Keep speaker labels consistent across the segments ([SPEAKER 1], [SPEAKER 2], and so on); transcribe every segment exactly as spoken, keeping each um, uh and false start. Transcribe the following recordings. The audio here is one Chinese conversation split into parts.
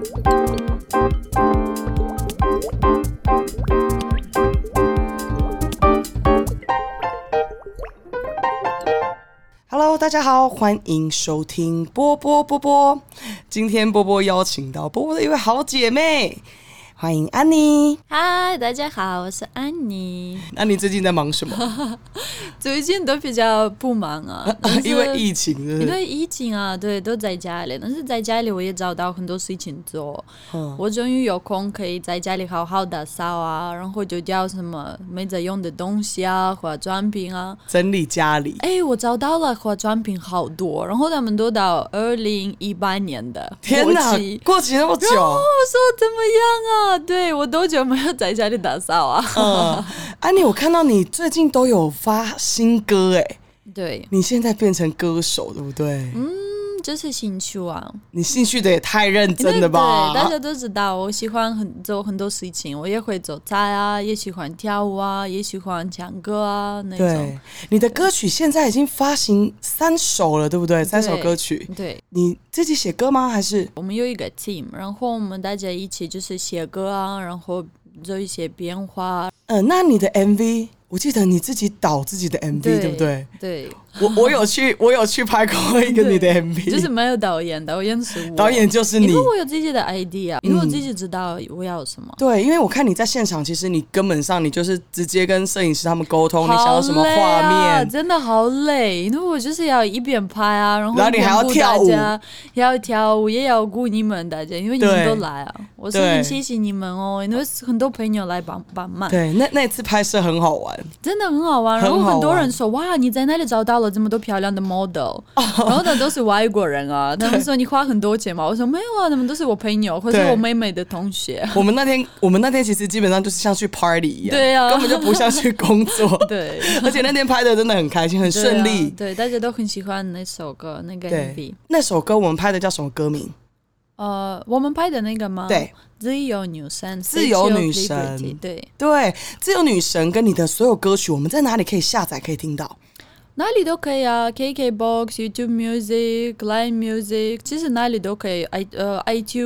[SPEAKER 1] Hello， 大家好，欢迎收听波波波波。今天波波邀请到波波的一位好姐妹，欢迎安妮。
[SPEAKER 2] 嗨，大家好，我是安妮。
[SPEAKER 1] 安妮最近在忙什么？
[SPEAKER 2] 最近都比较不忙啊，
[SPEAKER 1] 因为疫情是不是？
[SPEAKER 2] 因为疫情啊，对，都在家里。但是在家里我也找到很多事情做，嗯、我终于有空可以在家里好好打扫啊，然后就掉什么没在用的东西啊，化妆品啊，
[SPEAKER 1] 整理家里。
[SPEAKER 2] 哎，我找到了化妆品好多，然后他们都到二零一八年的。
[SPEAKER 1] 天哪，过期那么久！
[SPEAKER 2] 然后我说怎么样啊？对，我多久没有在家里打扫啊？
[SPEAKER 1] 嗯，安妮，我看到你最近都有发新歌哎，
[SPEAKER 2] 对，
[SPEAKER 1] 你现在变成歌手对不对？
[SPEAKER 2] 嗯，就是兴趣啊。
[SPEAKER 1] 你兴趣的也太认真了吧？
[SPEAKER 2] 对，大家都知道我喜欢很做很多事情，我也会做菜啊，也喜欢跳舞啊，也喜欢唱歌啊那种。
[SPEAKER 1] 对，你的歌曲现在已经发行三首了，对不对？三首歌曲。
[SPEAKER 2] 对，
[SPEAKER 1] 你自己写歌吗？还是
[SPEAKER 2] 我们有一个 team， 然后我们大家一起就是写歌啊，然后做一些变化。
[SPEAKER 1] 嗯、呃，那你的 M V， 我记得你自己导自己的 M V， 对, 对不对？
[SPEAKER 2] 对，
[SPEAKER 1] 我我有去，我有去拍过一个你的 M V，
[SPEAKER 2] 就是没有导演，导演是我，
[SPEAKER 1] 导演就是你，
[SPEAKER 2] 因为我有自己的 idea， 因为我自己知道我要什么。
[SPEAKER 1] 对，因为我看你在现场，其实你根本上你就是直接跟摄影师他们沟通，你想要什么画面，
[SPEAKER 2] 啊、真的好累，因为我就是要一边拍啊，然后
[SPEAKER 1] 然后你还要跳舞，
[SPEAKER 2] 也要跳舞，也要顾你们大家，因为你们都来啊，我是很谢谢你们哦，因为很多朋友来帮帮忙。
[SPEAKER 1] 对，那那次拍摄很好玩，
[SPEAKER 2] 真的很好玩，然后很多人说哇，你在那里找到了这么多漂亮的 model， 然后呢都是外国人啊，他们说你花很多钱嘛，我说没有啊，他们都是我朋友或者我妹妹的同学。
[SPEAKER 1] 我们那天我们那天其实基本上就是像去 party 一样，
[SPEAKER 2] 对啊，
[SPEAKER 1] 根本就不像去工作。
[SPEAKER 2] 对，
[SPEAKER 1] 而且那天拍的真的很开心，很顺利。
[SPEAKER 2] 对啊，对，大家都很喜欢那首歌，那个 M V。
[SPEAKER 1] 那首歌我们拍的叫什么歌名？
[SPEAKER 2] 呃，我们拍的那个吗？
[SPEAKER 1] 对，
[SPEAKER 2] 自由女神，
[SPEAKER 1] 自由女神，
[SPEAKER 2] 对
[SPEAKER 1] 对，自由女神跟你的所有歌曲，我们在哪里可以下载可以听到？
[SPEAKER 2] 哪里都可以啊 ，K K B O X、YouTube Music、Line Music， 其实哪里都可以， i 呃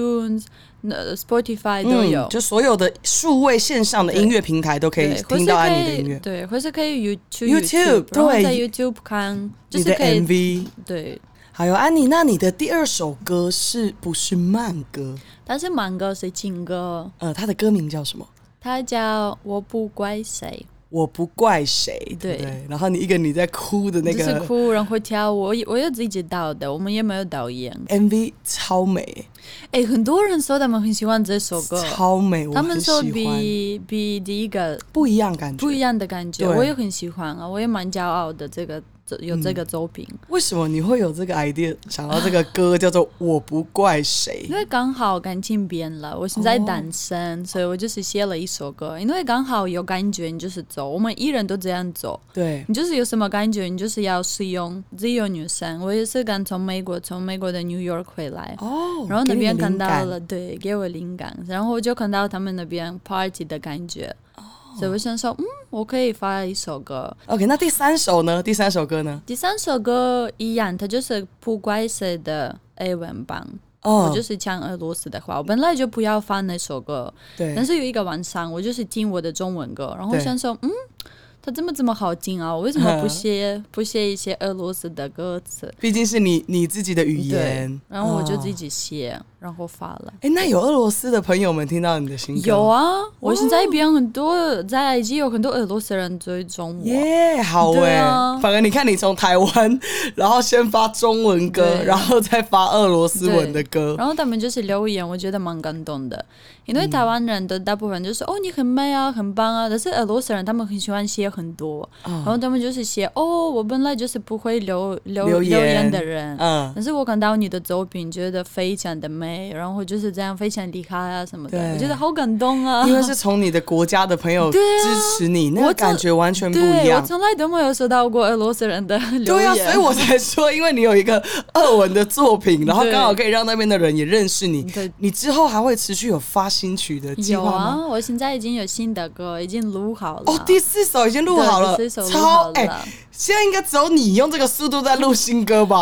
[SPEAKER 2] iTunes、Spotify 都有、
[SPEAKER 1] 嗯，就所有的数位线上的音乐平台都可以听到安妮的音乐，
[SPEAKER 2] 对，或是可以 YouTube，,
[SPEAKER 1] YouTube
[SPEAKER 2] 然后在 YouTube 看，就是可以
[SPEAKER 1] 你的 M V，
[SPEAKER 2] 对。
[SPEAKER 1] 还有安妮，那你的第二首歌是不是慢歌？
[SPEAKER 2] 但是慢歌是情歌，
[SPEAKER 1] 呃，它的歌名叫什么？
[SPEAKER 2] 它叫我不怪谁。
[SPEAKER 1] 我不怪谁， 对, 对, 对，然后你一个你在哭的那个，
[SPEAKER 2] 就是哭，然后跳舞，我我有自己导的，我们也没有导演。
[SPEAKER 1] M V 超美，
[SPEAKER 2] 哎，很多人说他们很喜欢这首歌，
[SPEAKER 1] 超美，我
[SPEAKER 2] 他们说
[SPEAKER 1] 很喜欢
[SPEAKER 2] 比比第一个
[SPEAKER 1] 不一样感觉，
[SPEAKER 2] 不一样的感觉，我也很喜欢啊，我也蛮骄傲的，这个有这个作品、嗯。
[SPEAKER 1] 为什么你会有这个 idea 想到这个歌叫做《我不怪谁》？
[SPEAKER 2] 因为刚好感情变了，我现在单身，哦、所以我就是写了一首歌。因为刚好有感觉，你就是走，我们艺人都这样走。
[SPEAKER 1] 对，
[SPEAKER 2] 你就是有什么感觉，你就是要使用自由女神。我也是刚从美国，从美国的 New York 回来，哦，然后那边看到了，对，给我灵感，然后我就看到他们那边 party 的感觉。所以我想说，嗯，我可以发一首歌。
[SPEAKER 1] OK， 那第三首呢？第三首歌呢？
[SPEAKER 2] 第三首歌一样，它就是不怪谁的英文版。哦，我就是讲俄罗斯的话，我本来就不要发那首歌，
[SPEAKER 1] 对。
[SPEAKER 2] 但是有一个晚上，我就是听我的中文歌，然后我想说，嗯，它怎么这么好听啊？我为什么不写不写一些俄罗斯的歌词？
[SPEAKER 1] 毕竟是你你自己的语言。
[SPEAKER 2] 然后我就自己写。哦，然后发了。
[SPEAKER 1] 哎，那有俄罗斯的朋友们听到你的新歌？
[SPEAKER 2] 有啊，我现在边很多，在 I G 有很多俄罗斯人追踪我。
[SPEAKER 1] 耶、yeah, 好哎、啊！反而你看，你从台湾，然后先发中文歌，然后再发俄罗斯文的歌，
[SPEAKER 2] 然后他们就是留言，我觉得蛮感动的。因为台湾人的大部分就说、嗯、哦你很美啊，很棒啊，但是俄罗斯人他们很喜欢写很多，哦、然后他们就是写哦我本来就是不会留留留 言, 留言的人，嗯，但是我看到你的作品觉得非常的美，然后就是这样非常厉害啊什么的，我觉得好感动啊。
[SPEAKER 1] 因为是从你的国家的朋友支持你，啊、那个感觉完全不一样。
[SPEAKER 2] 我从来都没有收到过俄罗斯人的留言。
[SPEAKER 1] 对啊，所以我才说，因为你有一个俄文的作品，然后刚好可以让那边的人也认识你。你之后还会持续有发新曲的计划吗？有
[SPEAKER 2] 啊，我现在已经有新的歌，已经录好了。
[SPEAKER 1] 哦，第四首已经录好了，
[SPEAKER 2] 第四首录好了。
[SPEAKER 1] 超哎、欸，现在应该只有你用这个速度在录新歌吧？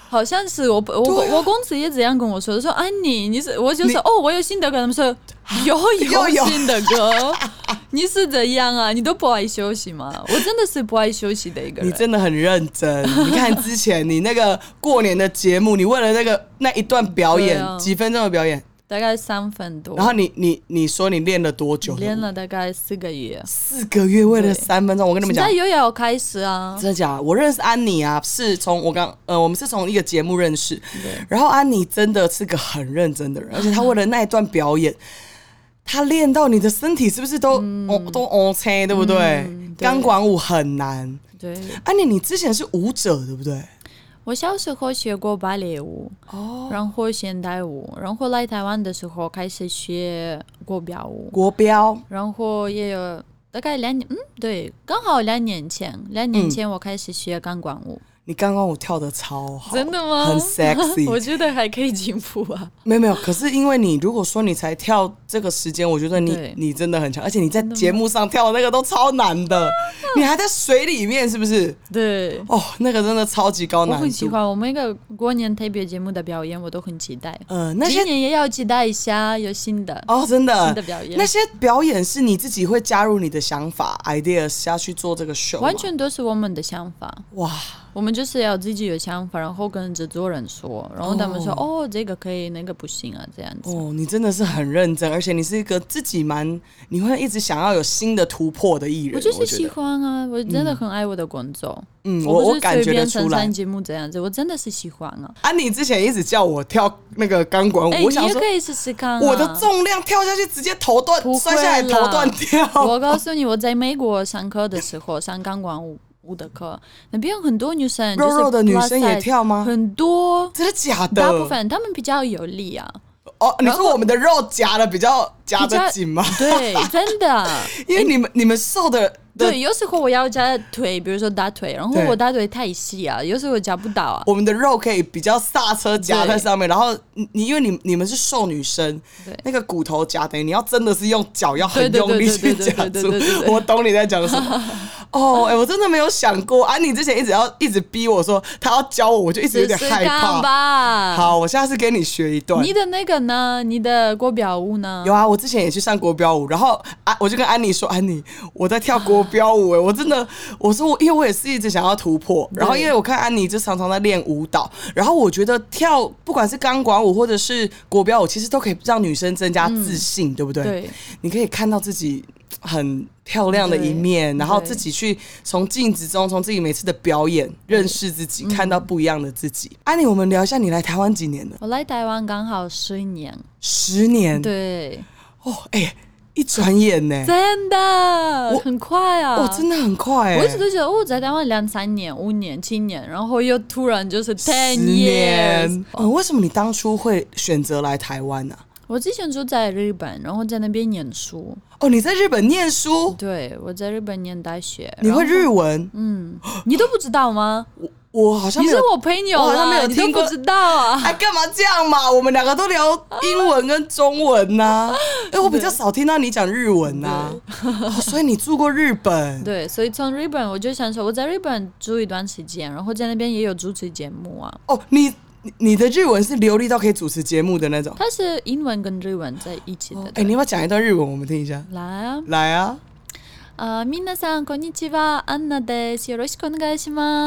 [SPEAKER 2] 好像是我我、啊、我公司也这样跟我说，说安妮你是我就说哦我有新的歌，他们说有有新的歌，你是这样啊，你都不爱休息吗？我真的是不爱休息的一个人。
[SPEAKER 1] 你真的很认真。你看之前你那个过年的节目，你为了那个那一段表演、啊、几分钟的表演。
[SPEAKER 2] 大概三分多，
[SPEAKER 1] 然后你你你说你练了多久？
[SPEAKER 2] 练了大概四个月。
[SPEAKER 1] 四个月为了三分钟，我跟你们讲，
[SPEAKER 2] 现在又要开始啊！
[SPEAKER 1] 真的假的？我认识安妮啊，是从我刚呃，我们是从一个节目认识，然后安妮真的是个很认真的人，而且她为了那一段表演，她练到你的身体是不是都、嗯哦、都 OK 对不对？钢、嗯、管舞很难。
[SPEAKER 2] 对，
[SPEAKER 1] 安妮，你之前是舞者对不对？
[SPEAKER 2] 我小时候学过芭蕾舞，哦，然后现代舞，然后来台湾的时候开始学国标舞，
[SPEAKER 1] 国标，
[SPEAKER 2] 然后也有大概两年，嗯，对，刚好两年前，两年前我开始学钢管舞。
[SPEAKER 1] 你刚刚我跳得超好，
[SPEAKER 2] 真的吗？
[SPEAKER 1] 很 sexy，
[SPEAKER 2] 我觉得还可以进步啊。
[SPEAKER 1] 没有没有，可是因为你如果说你才跳这个时间，我觉得你你真的很强，而且你在节目上跳的那个都超难的，你还在水里面是不是？
[SPEAKER 2] 对，
[SPEAKER 1] 哦，那个真的超级高难度。
[SPEAKER 2] 我很喜欢我们一个过年特别节目的表演，我都很期待。
[SPEAKER 1] 嗯、呃，那些
[SPEAKER 2] 今年也要期待一下有新的
[SPEAKER 1] 哦，真的
[SPEAKER 2] 新的表演。
[SPEAKER 1] 那些表演是你自己会加入你的想法 ideas 下去做这个 show，
[SPEAKER 2] 完全都是我们的想法。
[SPEAKER 1] 哇！
[SPEAKER 2] 我们就是要自己有想法，然后跟制作人说，然后他们说 哦, 哦这个可以，那个不行啊，这样子。
[SPEAKER 1] 哦，你真的是很认真，而且你是一个自己蛮，你会一直想要有新的突破的艺人。
[SPEAKER 2] 我就是喜欢啊，我真的很爱我的工作。
[SPEAKER 1] 嗯，
[SPEAKER 2] 我
[SPEAKER 1] 我感觉得出来。
[SPEAKER 2] 我不是随便上节目这样子，我真的是喜欢啊。
[SPEAKER 1] 安妮之前一直叫我跳那个钢管舞，欸、我想说
[SPEAKER 2] 你也可以试试看、啊。
[SPEAKER 1] 我的重量跳下去，直接头断，摔下来头断掉。
[SPEAKER 2] 我告诉你，我在美国上课的时候上钢管舞。舞的课那边有很多女生，
[SPEAKER 1] 肉肉的女生也跳吗？
[SPEAKER 2] 很多，
[SPEAKER 1] 真的假的？
[SPEAKER 2] 大部分她们比较有力啊。
[SPEAKER 1] 哦，你说我们的肉夹的比较夹得紧吗？
[SPEAKER 2] 对，真的，
[SPEAKER 1] 因为你们你们瘦的。
[SPEAKER 2] 对，有时候我要夹腿，比如说大腿，然后我大腿太细啊，有时候我夹不到啊。
[SPEAKER 1] 我们的肉可以比较刹车夹在上面，然后你因为你你们是瘦女生，那个骨头夹等于你要真的是用脚要很用力去夹住。我懂你在讲什么。哦，哎、欸，我真的没有想过，安妮之前一直要一直逼我说她要教我，我就一直有点害怕。
[SPEAKER 2] 试试看吧。
[SPEAKER 1] 好，我下次给你学一段。
[SPEAKER 2] 你的那个呢？你的国标舞呢？
[SPEAKER 1] 有啊，我之前也去上国标舞，然后啊，我就跟安妮说，安妮，我在跳国标舞、欸，我真的，我说我，因为我也是一直想要突破，然后因为我看安妮就常常在练舞蹈，然后我觉得跳不管是钢管舞或者是国标舞，其实都可以让女生增加自信，嗯、对不对？对，你可以看到自己很漂亮的一面，然后自己去从镜子中，从自己每次的表演认识自己，看到不一样的自己。安妮，我们聊一下，你来台湾几年了？
[SPEAKER 2] 我来台湾刚好十年。
[SPEAKER 1] 十年？
[SPEAKER 2] 对。
[SPEAKER 1] 哦，哎、欸。一转眼呢、欸，
[SPEAKER 2] 真的很快啊！
[SPEAKER 1] 哦，真的很快、欸。
[SPEAKER 2] 我一直都觉得，我、哦、在台湾两三年、五年、七年，然后又突然就是 ten years。
[SPEAKER 1] 嗯，为什么你当初会选择来台湾呢、啊？
[SPEAKER 2] 我之前住在日本，然后在那边念书。
[SPEAKER 1] 哦，你在日本念书？
[SPEAKER 2] 对，我在日本念大学。
[SPEAKER 1] 你会日文？
[SPEAKER 2] 嗯，你都不知道吗？
[SPEAKER 1] 我我好像没有，
[SPEAKER 2] 你是我朋友，
[SPEAKER 1] 我好像没有听过，
[SPEAKER 2] 你都不知道啊？
[SPEAKER 1] 哎，干嘛这样嘛？我们两个都聊英文跟中文呐、啊。哎，我比较少听到你讲日文呐、啊哦。所以你住过日本？
[SPEAKER 2] 对，所以从日本我就想说，我在日本住一段时间，然后在那边也有主持节目啊。
[SPEAKER 1] 哦，你。你的日文是流利到可以主持节目的那种？
[SPEAKER 2] 它是英文跟日文在一起的。哎、
[SPEAKER 1] 哦欸，你要不要讲一段日文我们听一下？
[SPEAKER 2] 来啊，
[SPEAKER 1] 来啊！
[SPEAKER 2] 啊、呃，皆さんこんにちは、アンナです。よろしくお願いします。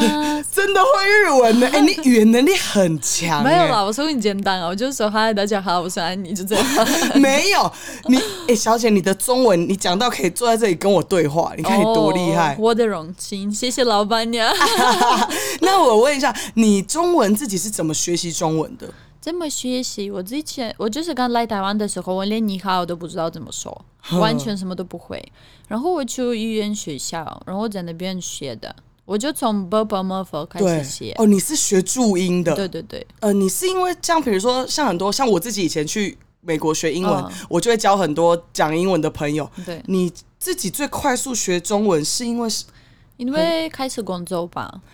[SPEAKER 1] 真的会日文呢？哎、欸，你语言能力很强。
[SPEAKER 2] 没有啦，我说很简单啊，我就说嗨，大家好，我是安妮，就这样。
[SPEAKER 1] 没有你，哎、欸，小姐，你的中文你讲到可以坐在这里跟我对话，你看你多厉害、哦！
[SPEAKER 2] 我的荣幸，谢谢老板娘。
[SPEAKER 1] 那我问一下，你中文自己是怎么学习中文的？
[SPEAKER 2] 怎么学习？我之前我就是刚来台湾的时候，我连你好都不知道怎么说，完全什么都不会。然后我去语言学校，然后在那边学的，我就从 b b m f 开始学。
[SPEAKER 1] 哦，你是学注音的？
[SPEAKER 2] 对对对。
[SPEAKER 1] 呃，你是因为像比如说像很多像我自己以前去美国学英文，嗯、我就会交很多讲英文的朋友。
[SPEAKER 2] 对，
[SPEAKER 1] 你自己最快速学中文是因为是？
[SPEAKER 2] 因为开始工作吧。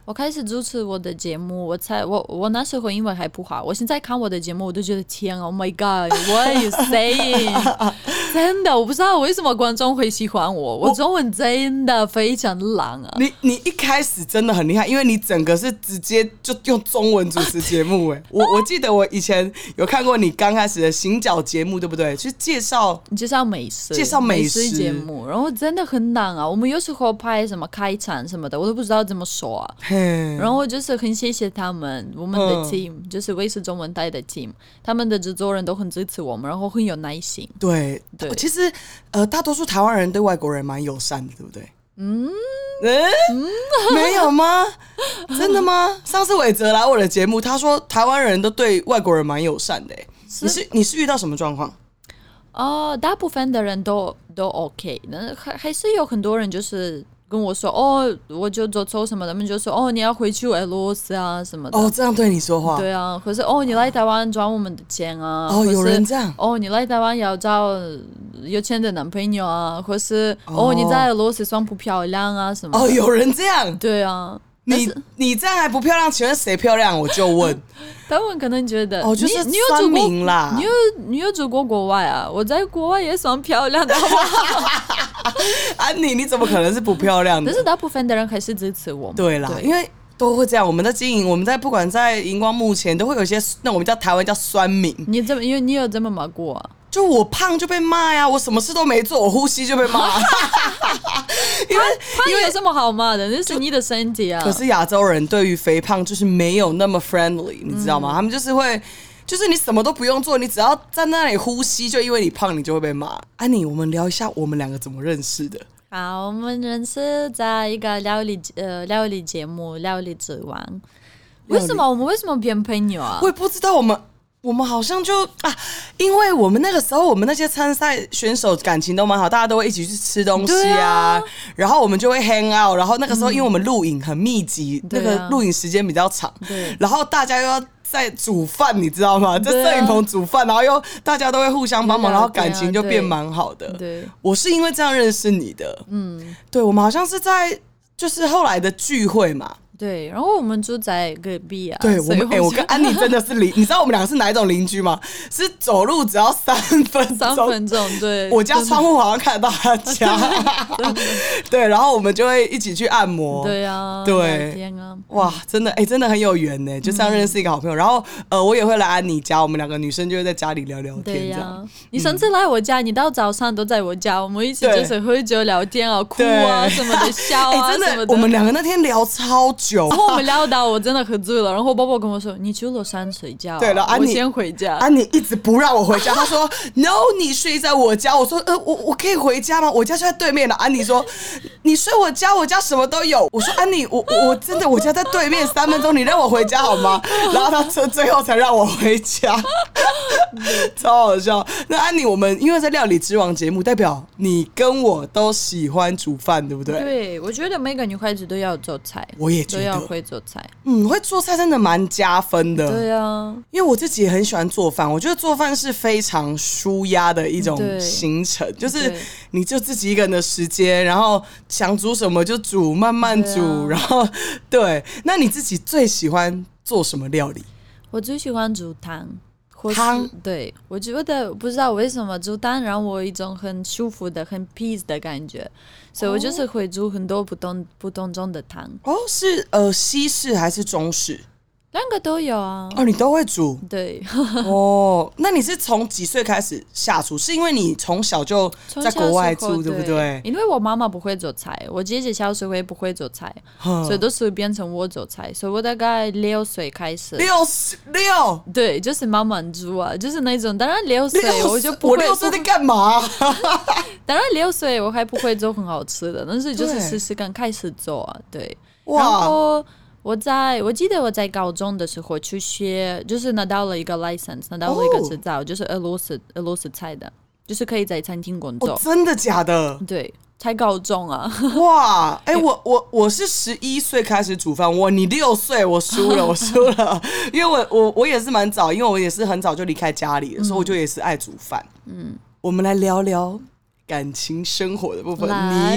[SPEAKER 2] 我开始主持我的节目，我才我我那时候英文还不好，我现在看我的节目，我都觉得天啊 ，Oh my God，What are you saying？ 真的，我不知道为什么观众会喜欢我，我中文真的非常烂啊！
[SPEAKER 1] 你你一开始真的很厉害，因为你整个是直接就用中文主持节目哎。我我记得我以前有看过你刚开始的行脚节目，对不对？去介绍
[SPEAKER 2] 介绍美食，
[SPEAKER 1] 介绍美食
[SPEAKER 2] 节目，然后真的很难啊。我们有时候拍什么开场什么的，我都不知道怎么说啊。然后就是很谢谢他们，我们的 team、嗯、就是卫视中文台的 team， 他们的制作人都很支持我们，然后很有耐心。
[SPEAKER 1] 对，对，其实呃，大多数台湾人对外国人蛮友善的，对不对？嗯，嗯没有吗？真的吗？上次伟哲来我的节目，他说台湾人都对外国人蛮友善的。你是你是遇到什么状况？
[SPEAKER 2] 哦，大部分的人都都 OK， 那还还是有很多人就是跟我说哦，我就做错什么，他们就说哦，你要回去俄罗斯啊什么的。
[SPEAKER 1] 哦，这样对你说话？
[SPEAKER 2] 对啊，或是哦，你来台湾赚我们的钱啊。
[SPEAKER 1] 哦，有人这样。
[SPEAKER 2] 哦，你来台湾要找有钱的男朋友啊，或是 哦, 哦，你在俄罗斯算不漂亮啊什么的。
[SPEAKER 1] 哦，有人这样。
[SPEAKER 2] 对啊。
[SPEAKER 1] 你你这样还不漂亮？请问谁漂亮？我就问。
[SPEAKER 2] 他们可能觉得
[SPEAKER 1] 哦，就是酸民啦。
[SPEAKER 2] 你有你有住过国外啊？我在国外也算漂亮的，好不好？
[SPEAKER 1] 安妮，你怎么可能是不漂亮的？
[SPEAKER 2] 但是大部分的人还是支持我们。
[SPEAKER 1] 对啦，对，因为都会这样。我们在经营，我们在不管在荧光幕前，都会有一些那我们叫台湾叫酸民。
[SPEAKER 2] 你这么因为你有这么骂过啊？
[SPEAKER 1] 就我胖就被骂呀，我什么事都没做，我呼吸就被骂。因为
[SPEAKER 2] 胖有什么好骂的？那是你的身体啊。
[SPEAKER 1] 可是亚洲人对于肥胖就是没有那么 friendly， 你知道吗？嗯、他们就是会，就是你什么都不用做，你只要在那里呼吸，就因为你胖，你就会被骂。安妮，我们聊一下我们两个怎么认识的。
[SPEAKER 2] 好，我们认识在一个料理呃料理节目《料理之王》。为什么我们为什么变朋友啊？
[SPEAKER 1] 我也不知道我们。我们好像就啊，因为我们那个时候，我们那些参赛选手感情都蛮好，大家都会一起去吃东西啊，啊然后我们就会 hang out， 然后那个时候因为我们录影很密集，嗯、那个录影时间比较长，对，然后大家又要在煮饭，你知道吗？在摄影棚煮饭，然后又大家都会互相帮忙，然后感情就变蛮好的。对，我是因为这样认识你的，嗯，对，我们好像是在就是后来的聚会嘛。
[SPEAKER 2] 对，然后我们住在隔壁啊。
[SPEAKER 1] 对，我们哎、欸，我跟安妮真的是邻，你知道我们两个是哪一种邻居吗？是走路只要三分钟，
[SPEAKER 2] 三分钟，对。
[SPEAKER 1] 我家窗户好像看得到他家，对，然后我们就会一起去按摩，
[SPEAKER 2] 对啊，
[SPEAKER 1] 对，
[SPEAKER 2] 天啊，
[SPEAKER 1] 哇，真的哎、欸，真的很有缘呢，就这样认识一个好朋友。嗯、然后呃，我也会来安妮家，我们两个女生就会在家里聊聊天，
[SPEAKER 2] 对
[SPEAKER 1] 呀、啊。
[SPEAKER 2] 你上次来我家，你到早上都在我家，我们一起就是喝酒聊天啊，哭啊什么的，笑啊、欸、什么的。
[SPEAKER 1] 我们两个那天聊超久，
[SPEAKER 2] 然后我们聊到我真的喝醉了，然后包包跟我说：“你去楼上睡觉。”
[SPEAKER 1] 对了，安妮
[SPEAKER 2] 我先回家。
[SPEAKER 1] 安妮一直不让我回家，她说 ：“No， 你睡在我家。”我说：“呃，我我可以回家吗？我家就在对面了。”安妮说：“你睡我家，我家什么都有。”我说：“安妮，我我真的我家在对面，三分钟，你让我回家好吗？”然后她最最后才让我回家，超好笑。那安妮，我们因为在料理之王节目，代表你跟我都喜欢煮饭，对不对？
[SPEAKER 2] 对，我觉得每个女孩子都要做菜，
[SPEAKER 1] 我也觉得
[SPEAKER 2] 都要会做菜。
[SPEAKER 1] 嗯，会做菜真的蛮加分的。
[SPEAKER 2] 对啊，
[SPEAKER 1] 因为我自己也很喜欢做饭，我觉得做饭是非常舒压的一种行程，就是你就自己一个人的时间，然后想煮什么就煮，慢慢煮，啊、然后对。那你自己最喜欢做什么料理？
[SPEAKER 2] 我最喜欢煮汤。
[SPEAKER 1] 汤，
[SPEAKER 2] 对，我觉得不知道为什么煮汤让我一种很舒服的、很 peace 的感觉，所以我就是会煮很多不同不同种的汤。
[SPEAKER 1] 哦，是呃西式还是中式？
[SPEAKER 2] 两个都有啊。
[SPEAKER 1] 哦，你都会煮？
[SPEAKER 2] 对。
[SPEAKER 1] 哦，那你是从几岁开始下厨？是因为你从小就在国外住，对不对？
[SPEAKER 2] 因为我妈妈不会做菜，我姐姐小时候也不会做菜，所以都是变成我做菜。所以我大概六岁开始。
[SPEAKER 1] 六六？
[SPEAKER 2] 对，就是慢慢煮啊，就是那种。当然六岁我就不会。
[SPEAKER 1] 我六岁在干嘛？
[SPEAKER 2] 当然六岁我还不会做很好吃的，但是就是试试看开始做啊，对。
[SPEAKER 1] 哇。
[SPEAKER 2] 然后我在我记得我在高中的时候去学，就是拿到了一个 license， 拿到了一个执照， oh. 就是俄罗斯俄罗斯菜的，就是可以在餐厅工作。
[SPEAKER 1] 哦，真的假的？
[SPEAKER 2] 对，才高中啊！
[SPEAKER 1] 哇，哎、欸，我我我是十一岁开始煮饭，我你六岁，我输了，我输了，因为我我我也是蛮早，因为我也是很早就离开家里了，嗯、所以我就也是爱煮饭。嗯，我们来聊聊感情生活的部分。你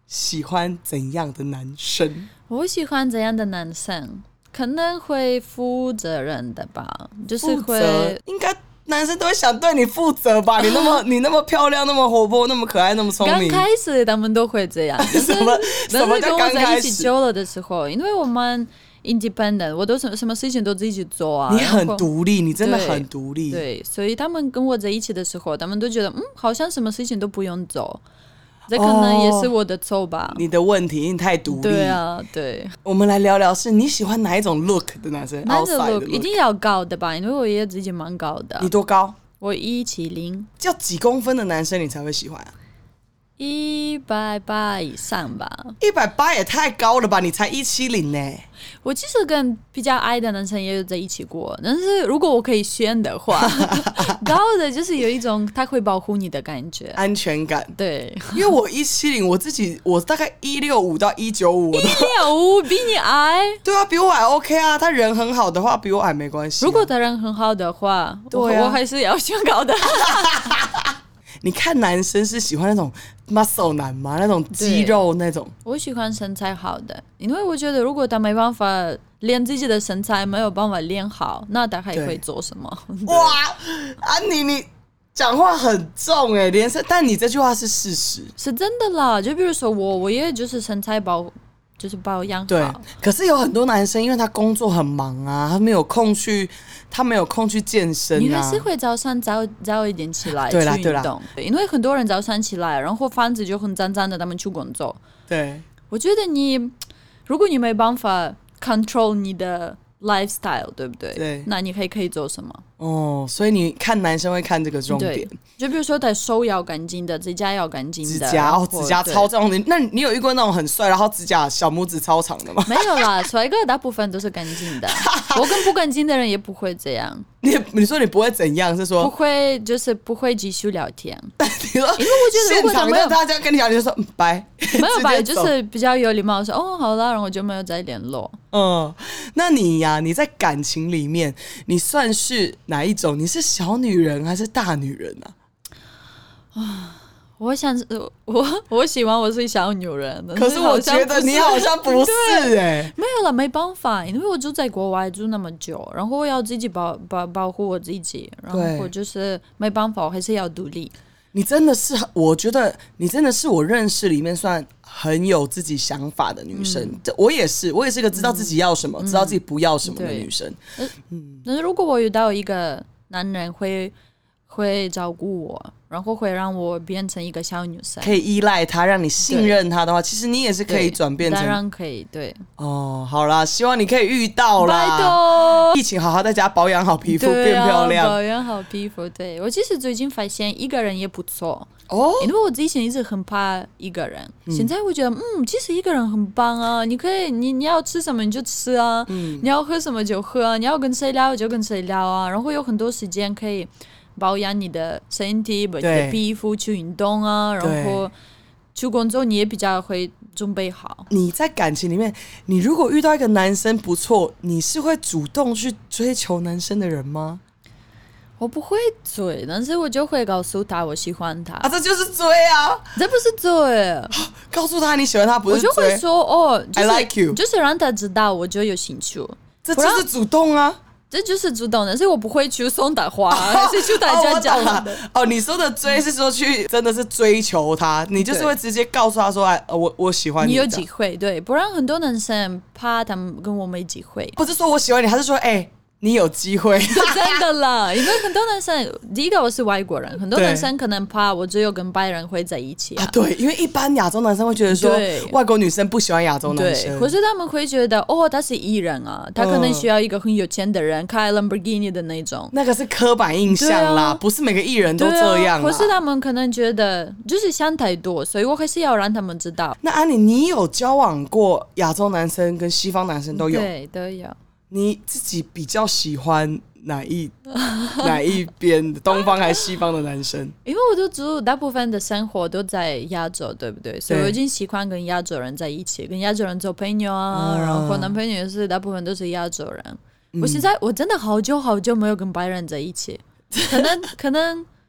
[SPEAKER 1] 喜欢怎样的男生？
[SPEAKER 2] 我喜欢怎样的男生？可能会负责任的吧，就是会
[SPEAKER 1] 应该男生都会想对你负责吧？你那么你那么漂亮，那么活泼，那么可爱，那么聪明。
[SPEAKER 2] 刚开始他们都会这样，
[SPEAKER 1] 什么什么叫刚开始？
[SPEAKER 2] 跟我在一起久了的时候，因为我们 independent， 我都什么什么事情都自己做啊。
[SPEAKER 1] 你很独立，你真的很独立。
[SPEAKER 2] 对，所以他们跟我在一起的时候，他们都觉得嗯，好像什么事情都不用做。这可能也是我的错吧、哦、
[SPEAKER 1] 你的问题，你太独立。
[SPEAKER 2] 对啊，对。
[SPEAKER 1] 我们来聊聊，是你喜欢哪一种 look 的男生？
[SPEAKER 2] 哪种 look？ 一定要高的吧，因为我也自己蛮高的。
[SPEAKER 1] 你多高？
[SPEAKER 2] 我一七零。
[SPEAKER 1] 要几公分的男生你才会喜欢啊？
[SPEAKER 2] 一百八以上吧。
[SPEAKER 1] 一百八也太高了吧？你才一七零呢。
[SPEAKER 2] 我其实跟比较矮的男生也有在一起过，但是如果我可以选的话，高的就是有一种他会保护你的感觉，
[SPEAKER 1] 安全感。
[SPEAKER 2] 对，
[SPEAKER 1] 因为我一七零，我自己我大概一六五到一九五，
[SPEAKER 2] 一六五比你矮。
[SPEAKER 1] 对啊，比我矮 OK 啊。他人很好的话，比我矮没关系、啊。
[SPEAKER 2] 如果他人很好的话，
[SPEAKER 1] 对啊、
[SPEAKER 2] 我, 我还是要选高的。
[SPEAKER 1] 你看男生是喜欢那种 muscle 男吗？那种肌肉那种？
[SPEAKER 2] 我喜欢身材好的，因为我觉得如果他没办法练自己的身材，没有办法练好，那他还会做什么？
[SPEAKER 1] 哇，安妮，你讲话很重哎、欸，连身，但你这句话是事实，
[SPEAKER 2] 是真的啦。就比如说我，我也就是身材保。就是保养好。
[SPEAKER 1] 对，可是有很多男生，因为他工作很忙啊，他没有空去，他没有空去健身啊。
[SPEAKER 2] 你还是会早上早早一点起来去运动，对，因为很多人早上起来，然后房子就很脏脏的，他们去工作。
[SPEAKER 1] 对，
[SPEAKER 2] 我觉得你，如果你没办法 control 你的 lifestyle， 对不对？
[SPEAKER 1] 对，
[SPEAKER 2] 那你可以可以做什么？
[SPEAKER 1] 哦，所以你看男生会看这个重点，
[SPEAKER 2] 就比如说他手要干净的，指甲要干净的，
[SPEAKER 1] 指甲哦，指甲超重的。那你有遇过那种很帅，然后指甲小拇指超长的吗？
[SPEAKER 2] 没有啦，帅哥大部分都是干净的。我跟不干净的人也不会这样。
[SPEAKER 1] 你你说你不会怎样？是说
[SPEAKER 2] 不会，就是不会继续聊天。
[SPEAKER 1] 你说，
[SPEAKER 2] 因为我觉得如果他
[SPEAKER 1] 们大家跟你聊，你就说嗯拜，
[SPEAKER 2] 没有拜，就是比较有礼貌说哦好了，然后我就没有再联络。
[SPEAKER 1] 嗯，那你呀、啊，你在感情里面，你算是哪一种？你是小女人还是大女人啊？
[SPEAKER 2] 啊，我想我我喜欢我是小女人，
[SPEAKER 1] 可是我觉得你好像不是哎、欸，
[SPEAKER 2] 没有了，没办法，因为我住在国外住那么久，然后我要自己保保保护我自己，然后就是没办法，我还是要独立。
[SPEAKER 1] 你真的是，我觉得你真的是我认识里面算很有自己想法的女生。嗯、我也是，我也是个知道自己要什么、嗯、知道自己不要什么的女生。
[SPEAKER 2] 嗯，但是如果我遇到一个男人会会照顾我，然后会让我变成一个小女生，
[SPEAKER 1] 可以依赖他，让你信任他的话，其实你也是可以转变成。
[SPEAKER 2] 当然可以，对。
[SPEAKER 1] 哦，好啦，希望你可以遇到啦。
[SPEAKER 2] 拜托，
[SPEAKER 1] 疫情好好在家保养好皮肤、啊，变漂亮。
[SPEAKER 2] 保养好皮肤，对。我其实最近发现一个人也不错
[SPEAKER 1] 哦，
[SPEAKER 2] 因为我之前一直很怕一个人，嗯、现在我觉得嗯，其实一个人很棒啊。你可以，你你要吃什么你就吃啊，嗯、你要喝什么就喝啊，你要跟谁聊就跟谁聊啊，然后有很多时间可以保养你的身体，你的皮肤，去运动啊，然后去工作你也比较会准备好。
[SPEAKER 1] 你在感情里面，你如果遇到一个男生不错，你是会主动去追求男生的人吗？
[SPEAKER 2] 我不会追，但是我就会告诉他我喜欢他
[SPEAKER 1] 啊，这就是追啊，
[SPEAKER 2] 这不是追。
[SPEAKER 1] 告诉他你喜欢他不是追，
[SPEAKER 2] 我就会说哦、就是、
[SPEAKER 1] I like you，
[SPEAKER 2] 就是让他知道我就有兴趣，
[SPEAKER 1] 这就是主动啊。
[SPEAKER 2] 这就是主动的，但是我不会去送他花，还、哦、是去他家讲的。
[SPEAKER 1] 哦，你说的追是说去真的是追求他，你就是会直接告诉他说，哎，我我喜欢你。
[SPEAKER 2] 你有机会，对，不然很多男生怕他们跟我没机会。
[SPEAKER 1] 不是说我喜欢你，他是说，哎。你有机会
[SPEAKER 2] 真的啦，因为很多男生，第一个我是外国人，很多男生可能怕我只有跟白人会在一起 啊,
[SPEAKER 1] 啊对，因为一般亚洲男生会觉得说外国女生不喜欢亚洲男生，
[SPEAKER 2] 对，可是他们会觉得哦他是艺人啊，他可能需要一个很有钱的人、嗯、开 Lamborghini 的那种，
[SPEAKER 1] 那个是刻板印象啦、啊、不是每个艺人都这样啦、
[SPEAKER 2] 啊、可是他们可能觉得就是想太多，所以我还是要让他们知道。
[SPEAKER 1] 那安妮，你有交往过亚洲男生跟西方男生都有？
[SPEAKER 2] 对，都有。
[SPEAKER 1] 你自己比较喜欢哪一哪一边的，东方还是西方的男生？
[SPEAKER 2] 因为我都住大部分的生活都在亚洲，对不对？所以我已经习惯跟亚洲人在一起，跟亚洲人做朋友啊，嗯、然后男朋友也是大部分都是亚洲人。嗯、我现在我真的好久好久没有跟白人在一起，可能可能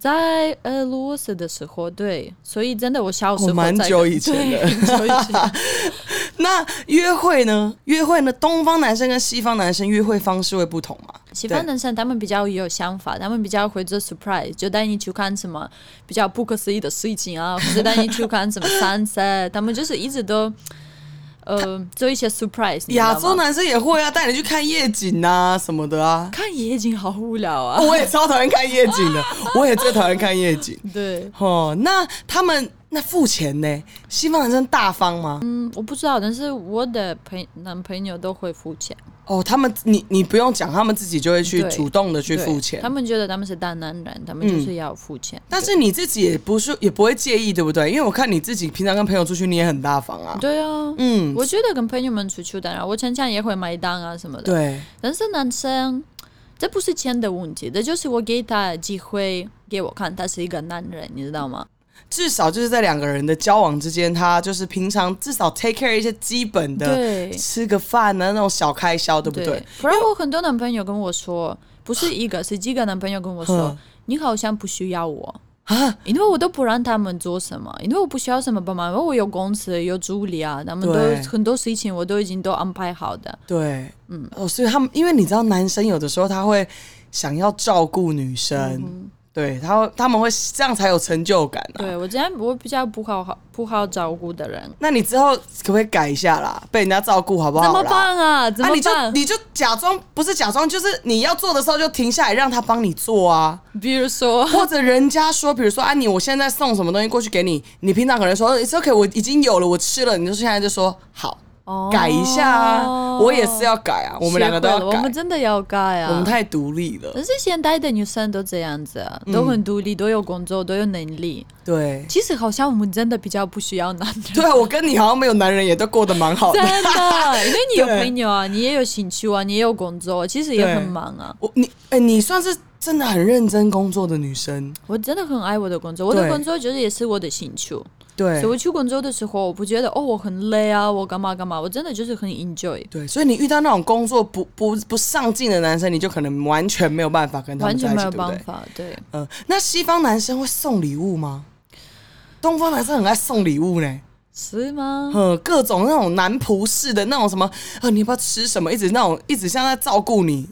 [SPEAKER 2] 在俄罗斯的时候，对，所以真的我小时候
[SPEAKER 1] 蛮、哦、久以前的，
[SPEAKER 2] 很久以前。
[SPEAKER 1] 那约会呢？约会呢？东方男生跟西方男生约会方式会不同吗？
[SPEAKER 2] 西方男生他们比较有想法，他们比较会做 surprise， 就带你去看什么比较不可思议的事情啊，或者带你去看什么 sunset， 他们就是一直都。呃，做一些 surprise。
[SPEAKER 1] 亚洲男生也会啊，带你去看夜景啊什么的啊。
[SPEAKER 2] 看夜景好无聊啊！
[SPEAKER 1] 我也超讨厌看夜景的，我也最讨厌看夜景。
[SPEAKER 2] 对，
[SPEAKER 1] 哦，那他们那付钱呢？西方男生大方吗？
[SPEAKER 2] 嗯，我不知道，但是我的朋男朋友都会付钱。
[SPEAKER 1] 哦，他们你你不用讲，他们自己就会去主动的去付钱。
[SPEAKER 2] 他们觉得他们是大男人，他们就是要付钱。嗯、
[SPEAKER 1] 但是你自己也不是也不会介意，对不对？因为我看你自己平常跟朋友出去，你也很大方啊。
[SPEAKER 2] 对啊，嗯，我觉得跟朋友们出去，当然我常常也会买单啊什么的。
[SPEAKER 1] 对，
[SPEAKER 2] 但是男生这不是钱的问题，这就是我给他机会给我看他是一个男人，你知道吗？
[SPEAKER 1] 至少就是在两个人的交往之间，他就是平常至少 take care 一些基本的，吃个饭啊那种小开销，对不对？对，
[SPEAKER 2] 不然我很多男朋友跟我说，不是一个，是几个男朋友跟我说，你好像不需要我啊，因为我都不让他们做什么，因为我不需要什么帮忙，因为我有公司有助理啊，他们都很多事情我都已经都安排好的。对，嗯，
[SPEAKER 1] 哦，所以他们因为你知道，男生有的时候他会想要照顾女生。嗯，对，他他们会这样才有成就感啊。
[SPEAKER 2] 对，我这样我比较不好不好照顾的人。
[SPEAKER 1] 那你之后可不可以改一下啦？被人家照顾好不好啦？
[SPEAKER 2] 怎么办啊？怎么办？啊、
[SPEAKER 1] 你就你就假装不是假装，就是你要做的时候就停下来让他帮你做啊。
[SPEAKER 2] 比如说，
[SPEAKER 1] 或者人家说，比如说安妮，我现在送什么东西过去给你，你平常可能说 It's OK， 我已经有了，我吃了，你就现在就说好。哦、改一下啊！我也是要改啊，我们两个都要改。
[SPEAKER 2] 我们真的要改啊！
[SPEAKER 1] 我们太独立了。
[SPEAKER 2] 但是现代的女生都这样子啊，都很独立，都有工作，都有能力。
[SPEAKER 1] 对，
[SPEAKER 2] 其实好像我们真的比较不需要男人。
[SPEAKER 1] 对啊，我跟你好像没有男人也都过得蛮好的。
[SPEAKER 2] 真的，因为你有朋友啊，你也有兴趣啊，你也有工作，其实也很忙啊。
[SPEAKER 1] 我你哎、欸，你算是真的很认真工作的女生。
[SPEAKER 2] 我真的很爱我的工作，我的工作就是也是我的兴趣。
[SPEAKER 1] 对，
[SPEAKER 2] 所以我去工作的时候，我不觉得哦我很累啊，我干嘛干嘛，我真的就是很 enjoy。
[SPEAKER 1] 对，所以你遇到那种工作不不不上进的男生，你就可能完全没有办法跟他们在一起，
[SPEAKER 2] 完全没有办法，对不对？
[SPEAKER 1] 对。嗯、呃，那西方男生会送礼物吗？东方男生很爱送礼物呢。
[SPEAKER 2] 是吗？
[SPEAKER 1] 嗯，各种那种男仆式的那种什么，啊，你要不要吃什么？一直那种一直像在照顾你。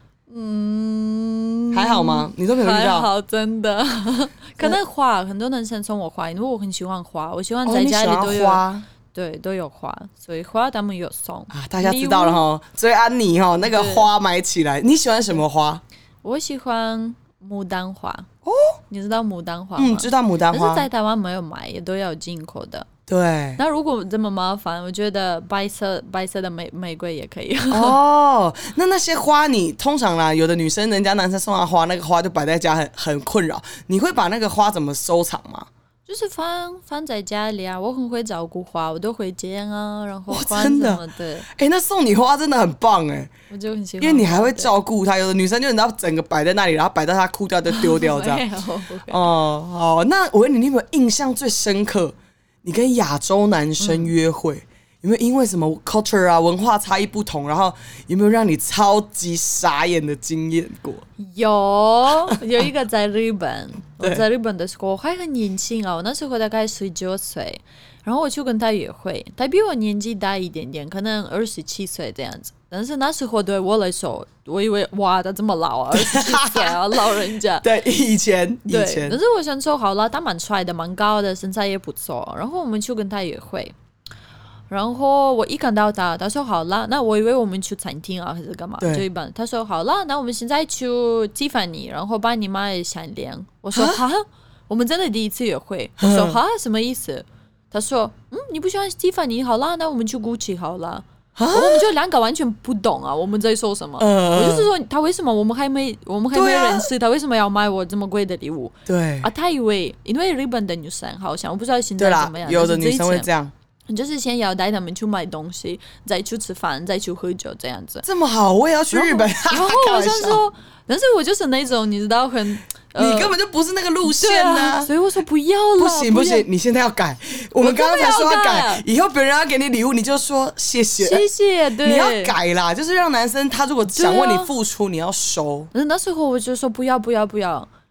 [SPEAKER 1] 嗯，还好吗？你都没有遇到？
[SPEAKER 2] 还好，真的。可能花，很多男生送我花，因为我很喜欢花，我喜欢在家里都有、
[SPEAKER 1] 哦、花，
[SPEAKER 2] 对，都有花，所以花他们有送
[SPEAKER 1] 啊。大家知道了哈，所以安妮哈那个花买起来，你喜欢什么花？
[SPEAKER 2] 我喜欢牡丹花哦，你知道牡丹花吗？
[SPEAKER 1] 嗯，知道牡丹花，
[SPEAKER 2] 但是在台湾没有买，也都要进口的。
[SPEAKER 1] 对，
[SPEAKER 2] 那如果这么麻烦，我觉得白色白色的玫玫瑰也可以。
[SPEAKER 1] 哦，那那些花你通常啦，有的女生人家男生送她花，那个花就摆在家很很困扰。你会把那个花怎么收藏吗？
[SPEAKER 2] 就是放放在家里啊，我很会照顾花，我都会剪啊，然后
[SPEAKER 1] 放什么的。哎、欸，那送你花真的很棒哎、欸，
[SPEAKER 2] 我就很喜欢，
[SPEAKER 1] 因为你还会照顾它。有的女生就你知道整个摆在那里，然后摆到它枯掉就丢掉这样。哦，好，那我问你，你有没有印象最深刻？你跟亚洲男生约会、嗯、有没有因为什么 culture 啊文化差异不同，然后有没有让你超级傻眼的经验过？
[SPEAKER 2] 有，有一个在日本，我在日本的时候我还很年轻啊，我那时候大概十九岁，然后我去跟他约会，他比我年纪大一点点，可能二十七岁这样子。但是那时候对我来说，我以为哇，他这么老啊，二十七岁啊，老人家。
[SPEAKER 1] 对，以前以前。
[SPEAKER 2] 但是我想说，好了，他蛮帅的，蛮高的，身材也不错。然后我们去跟他约会，然后我一看到他，他说好了，那我以为我们去餐厅啊，还是干嘛？就一般。他说好了，那我们现在去蒂凡尼，然后帮你买项链。我说哈，我们真的第一次约会。我说哈，什么意思？他说嗯，你不喜欢蒂凡尼，好了，那我们去 Gucci 好了。我们就两个完全不懂啊，我们在说什么？呃、我就是说，他为什么我们还没我们还没认识、啊、他为什么要买我这么贵的礼物？
[SPEAKER 1] 对
[SPEAKER 2] 啊，他以为因为日本的女生好像我不知道现在怎么样，
[SPEAKER 1] 有的女生会这样，
[SPEAKER 2] 就是先要带他们去买东西，再去吃饭，再去喝酒这样子。
[SPEAKER 1] 这么好，我也要去日本。
[SPEAKER 2] 然后, 然后我想说，但是我就是那种你知道很。
[SPEAKER 1] 呃、你根本就不是那个路线啊，
[SPEAKER 2] 啊所以我说不要了，
[SPEAKER 1] 不行不行，你现在要改。我们刚刚才说要改，以后别人要给你礼物，你就说谢谢，
[SPEAKER 2] 谢谢。对，
[SPEAKER 1] 你要改啦，就是让男生他如果想为你付出，啊、你要收。
[SPEAKER 2] 可是那时候我就说不要不要不要，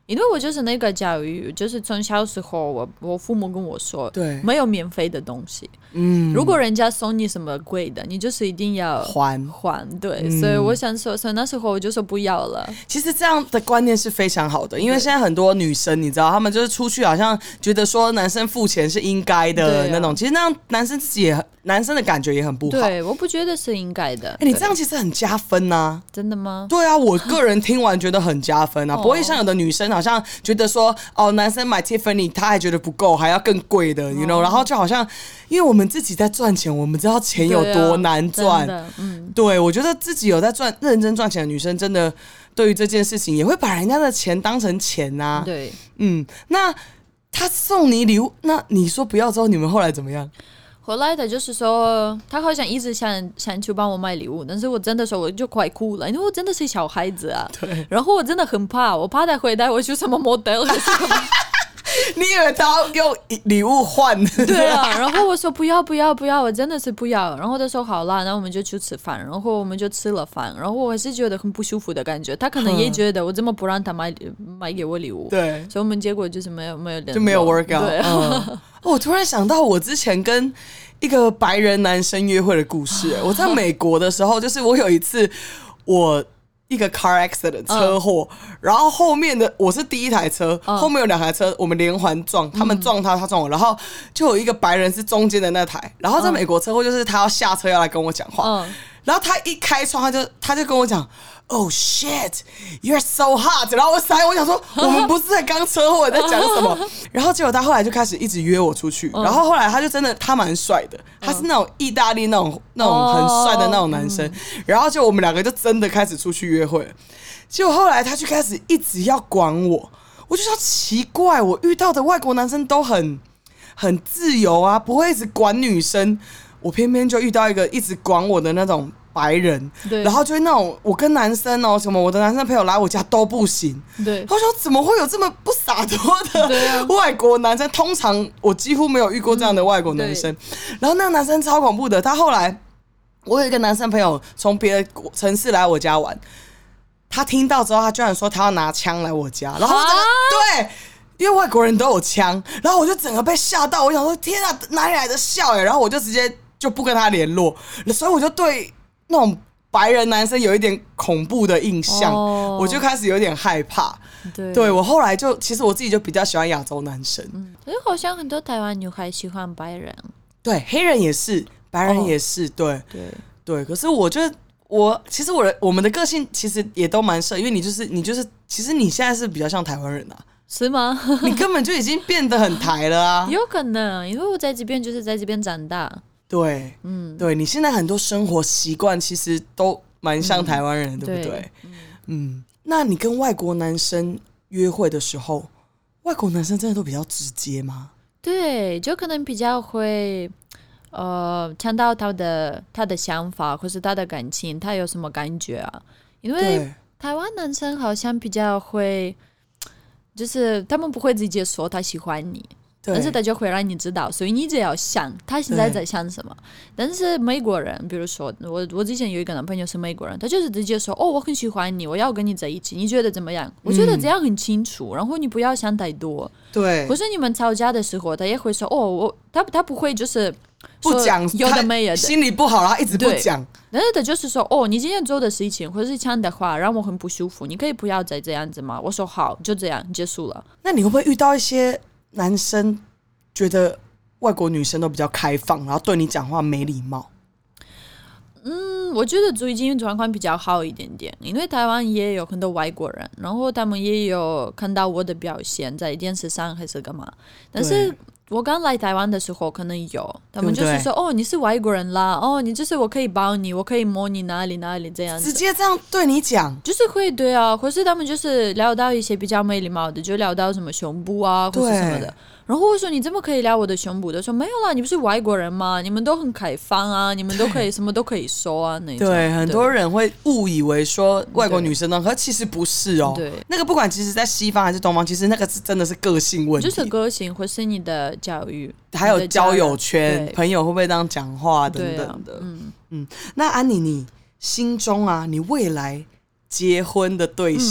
[SPEAKER 2] 因为我就是那个教育，就是从小时候我我父母跟我说，
[SPEAKER 1] 对，
[SPEAKER 2] 没有免费的东西。嗯，如果人家送你什么贵的，你就是一定要
[SPEAKER 1] 还
[SPEAKER 2] 还。对、
[SPEAKER 1] 嗯，
[SPEAKER 2] 所以我想说，所以那时候我就说不要了。
[SPEAKER 1] 其实这样的观念是非常好的，因为现在很多女生，你知道，她们就是出去好像觉得说男生付钱是应该的那种，啊、其实那样男生自己也很。男生的感觉也很不好，
[SPEAKER 2] 对，我不觉得是应该的。
[SPEAKER 1] 哎、欸，你这样其实很加分啊！
[SPEAKER 2] 真的吗？
[SPEAKER 1] 对啊，我个人听完觉得很加分啊，不会像有的女生好像觉得说，哦，男生买 Tiffany 他还觉得不够，还要更贵的 ，you know，、哦、然后就好像，因为我们自己在赚钱，我们知道钱有多难赚，
[SPEAKER 2] 啊、嗯，
[SPEAKER 1] 对，我觉得自己有在赚、认真赚钱的女生，真的对于这件事情也会把人家的钱当成钱啊。
[SPEAKER 2] 对，
[SPEAKER 1] 嗯，那他送你礼物，那你说不要之后，你们后来怎么样？
[SPEAKER 2] 后来的就是说，他好像一直想想去帮我买礼物，但是我真的说我就快哭了，因为我真的是小孩子啊。
[SPEAKER 1] 对。
[SPEAKER 2] 然后我真的很怕，我怕他回来我去什么 model 还是什么。
[SPEAKER 1] 你以为他要用礼物换？
[SPEAKER 2] 对啊，然后我说不要不要不要，我真的是不要。然后他说好啦，然后我们就去吃饭，然后我们就吃了饭，然后我还是觉得很不舒服的感觉。他可能也觉得我怎么不让他买买给我礼物，对，所以我们结果就是没有没有
[SPEAKER 1] 就没有 work out。对、嗯，我突然想到我之前跟一个白人男生约会的故事。我在美国的时候，就是我有一次我。一个 car accident 车祸、嗯，然后后面的我是第一台车、嗯，后面有两台车，我们连环撞，他们撞他，他撞我，然后就有一个白人是中间的那台，然后在美国车祸就是他要下车要来跟我讲话、嗯，然后他一开窗他就他就跟我讲。Oh shit, you're so hot！ 然后我傻眼，我想说我们不是在刚车祸，在讲什么？然后结果他后来就开始一直约我出去，然后后来他就真的他蛮帅的，他是那种意大利那种那种很帅的那种男生，然后就我们两个就真的开始出去约会了。结果后来他就开始一直要管我，我就说奇怪，我遇到的外国男生都很很自由啊，不会一直管女生，我偏偏就遇到一个一直管我的那种。白人，然后就是那种我跟男生哦，什么我的男生朋友来我家都不行。对，我说怎么会有这么不洒脱的外国男生？通常我几乎没有遇过这样的外国男生。嗯、然后那个男生超恐怖的，他后来我有一个男生朋友从别的城市来我家玩，他听到之后，他居然说他要拿枪来我家，然后整个对。因为外国人都有枪，然后我就整个被吓到，我想说天啊，哪里来的笑哎？然后我就直接就不跟他联络，所以我就对。那种白人男生有一点恐怖的印象， oh, 我就开始有点害怕。对，对我后来就其实我自己就比较喜欢亚洲男生。嗯，
[SPEAKER 2] 可是好像很多台湾女孩喜欢白人，
[SPEAKER 1] 对，黑人也是，白人也是， oh, 对对对。可是我觉得我其实我的我们的个性其实也都蛮适，因为你就是你就是其实你现在是比较像台湾人啊。
[SPEAKER 2] 是吗？
[SPEAKER 1] 你根本就已经变得很台了啊！
[SPEAKER 2] 有可能，因为我在这边就是在这边长大。
[SPEAKER 1] 对，嗯，对，你现在很多生活习惯其实都蛮像台湾人、嗯，对不对？对，嗯，嗯，那你跟外国男生约会的时候，外国男生真的都比较直接吗？
[SPEAKER 2] 对，就可能比较会，呃，看到他的他的想法或是他的感情，他有什么感觉啊？因为台湾男生好像比较会，就是他们不会直接说他喜欢你。但是他就会让你知道，所以你只要想他现在在想什么。但是美国人，比如说我，我之前有一个男朋友是美国人，他就是直接说：“哦，我很喜欢你，我要跟你在一起，你觉得怎么样？”我觉得这样很清楚，然后你不要想太多。对。或是你们吵架的时候，他也会说：“哦，我他他不会就是
[SPEAKER 1] 不讲，
[SPEAKER 2] 有的没有的，
[SPEAKER 1] 心里不好，然后一直不讲。
[SPEAKER 2] 但是他就是说：哦，你今天做的事情或者是讲的话让我很不舒服，你可以不要再这样子吗？”我说：“好，就这样结束了。”
[SPEAKER 1] 那你会不会遇到一些？男生觉得外国女生都比较开放，然后对你讲话没礼貌。
[SPEAKER 2] 嗯，我觉得最近状况比较好一点点，因为台湾也有很多外国人，然后他们也有看到我的表现在电视上还是干嘛。但是我刚来台湾的时候可能有，他们就是说哦你是外国人啦，哦你就是我可以抱你，我可以摸你哪里哪里这样子，
[SPEAKER 1] 直接这样对你讲，
[SPEAKER 2] 就是会对啊，或是他们就是聊到一些比较没礼貌的，就聊到什么胸部啊或是什么的。然后我说你怎么可以聊我的胸部的？说没有啦，你不是外国人吗？你们都很开放啊，你们都可以什么都可以说啊那种。
[SPEAKER 1] 对，很多人会误以为说外国女生呢，可其实不是哦。对，那个不管其实在西方还是东方，其实那个是真的是个性问题，
[SPEAKER 2] 就是个性或是你的教育，
[SPEAKER 1] 还有交友圈，朋友会不会这样讲话等等的。啊、嗯嗯，那安妮，你心中啊，你未来结婚的对象。嗯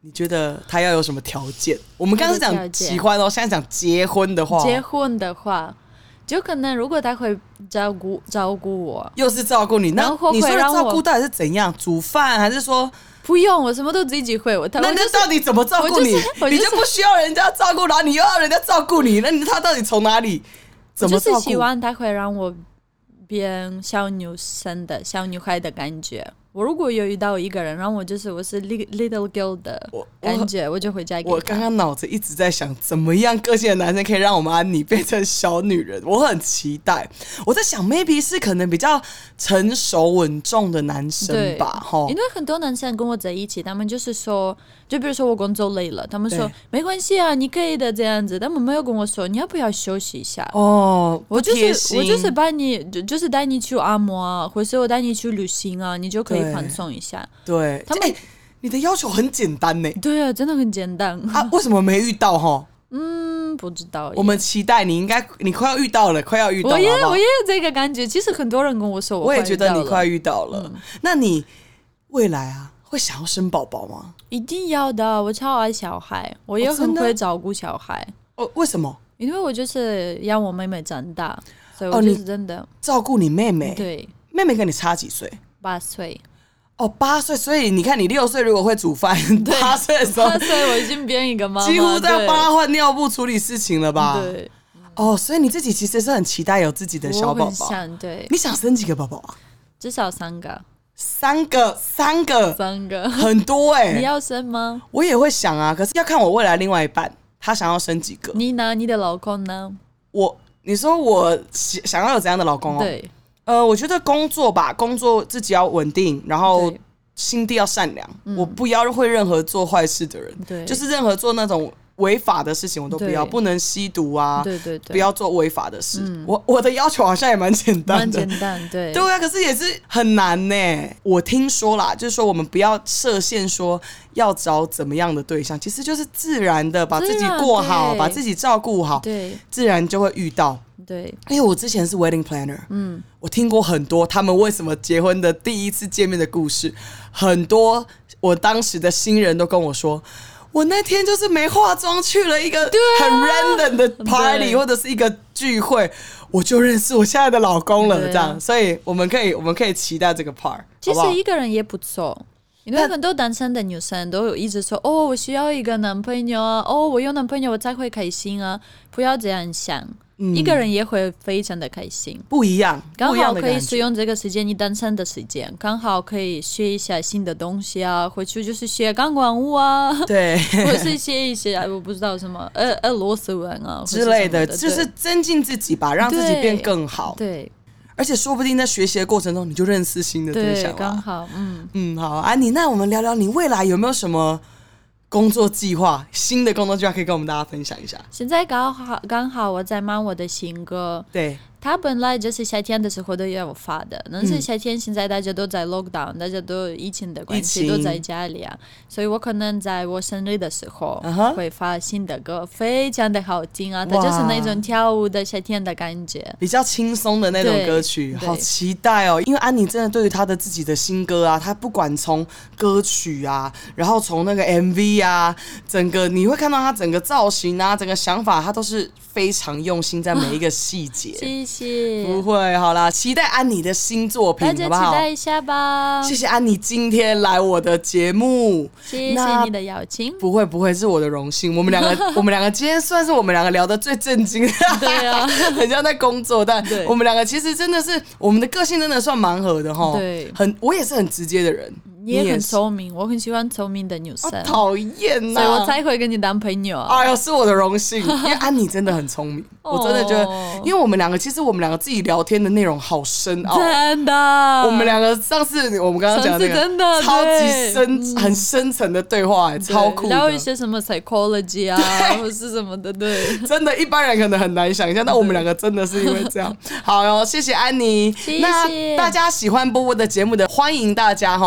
[SPEAKER 1] 你觉得他要有什么条件？我们刚刚是讲喜欢哦，现在讲结婚的话。
[SPEAKER 2] 结婚的话，就可能如果他会照顾照顾我，
[SPEAKER 1] 又是照顾你，那你说的照顾到底是怎样？煮饭还是说？
[SPEAKER 2] 不用，我什么都自己会。我
[SPEAKER 1] 那那到底怎么照顾你？就是就是、你就不需要人家照顾，然后你又要人家照顾你，那你他到底从哪里怎么照顾？
[SPEAKER 2] 我就是希望他会让我变小女生的小女孩的感觉。我如果有遇到一个人让我就是我是 little girl 的感觉， 我, 我就会嫁给他。
[SPEAKER 1] 我刚刚脑子一直在想，怎么样个性的男生可以让我们安妮变成小女人？我很期待。我在想 ，maybe 是可能比较成熟稳重的男生吧，
[SPEAKER 2] 因为很多男生跟我在一起，他们就是说，就比如说我工作累了，他们说没关系啊，你可以的这样子，他们没有跟我说你要不要休息一下。
[SPEAKER 1] 哦，
[SPEAKER 2] 我就是我就是把你就就是带你去按摩啊，或是我带你去旅行啊，你就可以放松一下。
[SPEAKER 1] 对，他们、欸、你的要求很简单呢。
[SPEAKER 2] 对啊，真的很简单
[SPEAKER 1] 啊。为什么没遇到哈？
[SPEAKER 2] 嗯，不知道。
[SPEAKER 1] 我们期待你应该，你快要遇到了，快要遇到了。
[SPEAKER 2] 我也
[SPEAKER 1] 好不好
[SPEAKER 2] 我也有这个感觉。其实很多人跟我说我，
[SPEAKER 1] 我也觉得你快遇到了。嗯、那你未来啊，会想要生宝宝吗？
[SPEAKER 2] 一定要的，我超爱小孩，我也很会照顾小孩。
[SPEAKER 1] 哦，为什么？
[SPEAKER 2] 因为我就是让我妹妹长大，所以我就是真的、哦、
[SPEAKER 1] 照顾你妹妹。
[SPEAKER 2] 对，
[SPEAKER 1] 妹妹跟你差几岁？
[SPEAKER 2] 八岁。
[SPEAKER 1] 哦，八岁，所以你看，你六岁如果会煮饭，八岁的时候，
[SPEAKER 2] 八岁我已经变一个妈妈，
[SPEAKER 1] 几乎都要帮她换尿布、处理事情了吧？
[SPEAKER 2] 对。
[SPEAKER 1] 哦，所以你自己其实是很期待有自己的小宝宝。
[SPEAKER 2] 我很想，对。
[SPEAKER 1] 你想生几个宝宝啊？
[SPEAKER 2] 至少三个。
[SPEAKER 1] 三个，三个，
[SPEAKER 2] 三个，
[SPEAKER 1] 很多哎、欸。
[SPEAKER 2] 你要生吗？
[SPEAKER 1] 我也会想啊，可是要看我未来另外一半，他想要生几个。
[SPEAKER 2] 你呢？你的老公呢？
[SPEAKER 1] 我，你说我想要有怎样的老公哦？
[SPEAKER 2] 对。
[SPEAKER 1] 呃，我觉得工作吧，工作自己要稳定，然后心地要善良，我不要会任何做坏事的人，
[SPEAKER 2] 对，
[SPEAKER 1] 就是任何做那种违法的事情我都不要，不能吸毒啊，
[SPEAKER 2] 对对对，
[SPEAKER 1] 不要做违法的事。嗯、我我的要求好像也蛮简单的，
[SPEAKER 2] 蛮简单，对，
[SPEAKER 1] 对啊，可是也是很难呢。我听说啦，就是说我们不要设限，说要找怎么样的对象，其实就是自然的把自己过好，把自己照顾好，
[SPEAKER 2] 对，
[SPEAKER 1] 自然就会遇到。
[SPEAKER 2] 对，
[SPEAKER 1] 因为我之前是 wedding planner， 嗯，我听过很多他们为什么结婚的第一次见面的故事，很多我当时的新人都跟我说，我那天就是没化妆去了一个很 random 的 party 或者是一个聚会，我就认识我现在的老公了，这样，所以我们可以我们可以期待这个 part。
[SPEAKER 2] 其实一个人也不错。因为很多单身的女生都有一直说，哦，我需要一个男朋友啊，哦，我有男朋友我才会开心啊，不要这样想。嗯、一个人也会非常的开心，
[SPEAKER 1] 不一样，
[SPEAKER 2] 刚好可以使用这个时间，你单身的时间，刚好可以学一下新的东西啊，回去就是学钢管舞啊，
[SPEAKER 1] 对，
[SPEAKER 2] 或者是学一些我不知道什么呃呃螺丝纹啊
[SPEAKER 1] 之类的，就是增进自己吧，让自己变更好。
[SPEAKER 2] 对。
[SPEAKER 1] 而且说不定在学习的过程中，你就认识新的对象了。
[SPEAKER 2] 对，刚好，嗯
[SPEAKER 1] 嗯，好，安妮，那我们聊聊你未来有没有什么工作计划？新的工作计划可以跟我们大家分享一下。
[SPEAKER 2] 现在刚好刚好我在忙我的新歌，
[SPEAKER 1] 对，
[SPEAKER 2] 它本来就是夏天的时候都要发的，但是夏天现在大家都在 lockdown，、嗯、大家都疫情的关系都在家里啊，所以我可能在我生日的时候会发新的歌， uh-huh. 非常的好听啊，它就是那种跳舞的夏天的感觉，
[SPEAKER 1] 比较轻松的那种歌曲，好期待哦！因为安妮真的对于她的自己的新歌啊，她不管从歌曲啊，然后从那个 M V 啊，整个你会看到她整个造型啊，整个想法，她都是非常用心在每一个细节。
[SPEAKER 2] 谢谢。
[SPEAKER 1] 不会，好啦，期待安妮的新作品，好不好？
[SPEAKER 2] 大家期待一下吧。
[SPEAKER 1] 谢谢安妮今天来我的节目，
[SPEAKER 2] 谢谢你的邀请。
[SPEAKER 1] 不会不会，是我的荣幸。我们两个，我们两个今天算是我们两个聊得最震惊的，
[SPEAKER 2] 对啊，
[SPEAKER 1] 很像在工作，但我们两个其实真的是我们的个性真的算蛮合的齁。
[SPEAKER 2] 对，
[SPEAKER 1] 很，我也是很直接的人。
[SPEAKER 2] 你也很聪明，我很喜欢聪明的女生。
[SPEAKER 1] 讨厌呐，
[SPEAKER 2] 所以我才会跟你当朋友、啊。
[SPEAKER 1] 哎呦，是我的荣幸，因为安妮真的很聪明，我真的觉得，因为我们两个其实我们两个自己聊天的内容好深奥，
[SPEAKER 2] 真的。
[SPEAKER 1] 我们两个上次我们刚刚讲的那个
[SPEAKER 2] 真的
[SPEAKER 1] 超级深、很深层的对话、欸，超酷的。
[SPEAKER 2] 聊一些什么 psychology 啊，或是什么的，对。
[SPEAKER 1] 真的，一般人可能很难想象，但我们两个真的是因为这样。好哟，谢谢安妮。
[SPEAKER 2] 谢谢。
[SPEAKER 1] 那大家喜欢波波的节目的，欢迎大家哈，帮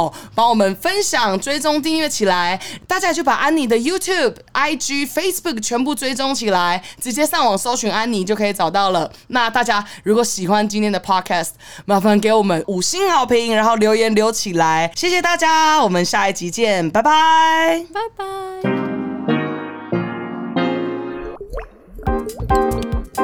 [SPEAKER 1] 帮我们分享、追踪、订阅起来。大家就把安妮的 YouTube、I G、Facebook 全部追踪起来，直接上网搜寻安妮就可以找到了。那大家如果喜欢今天的 Podcast， 麻烦给我们五星好评，然后留言留起来，谢谢大家，我们下一集见，拜拜，
[SPEAKER 2] 拜拜。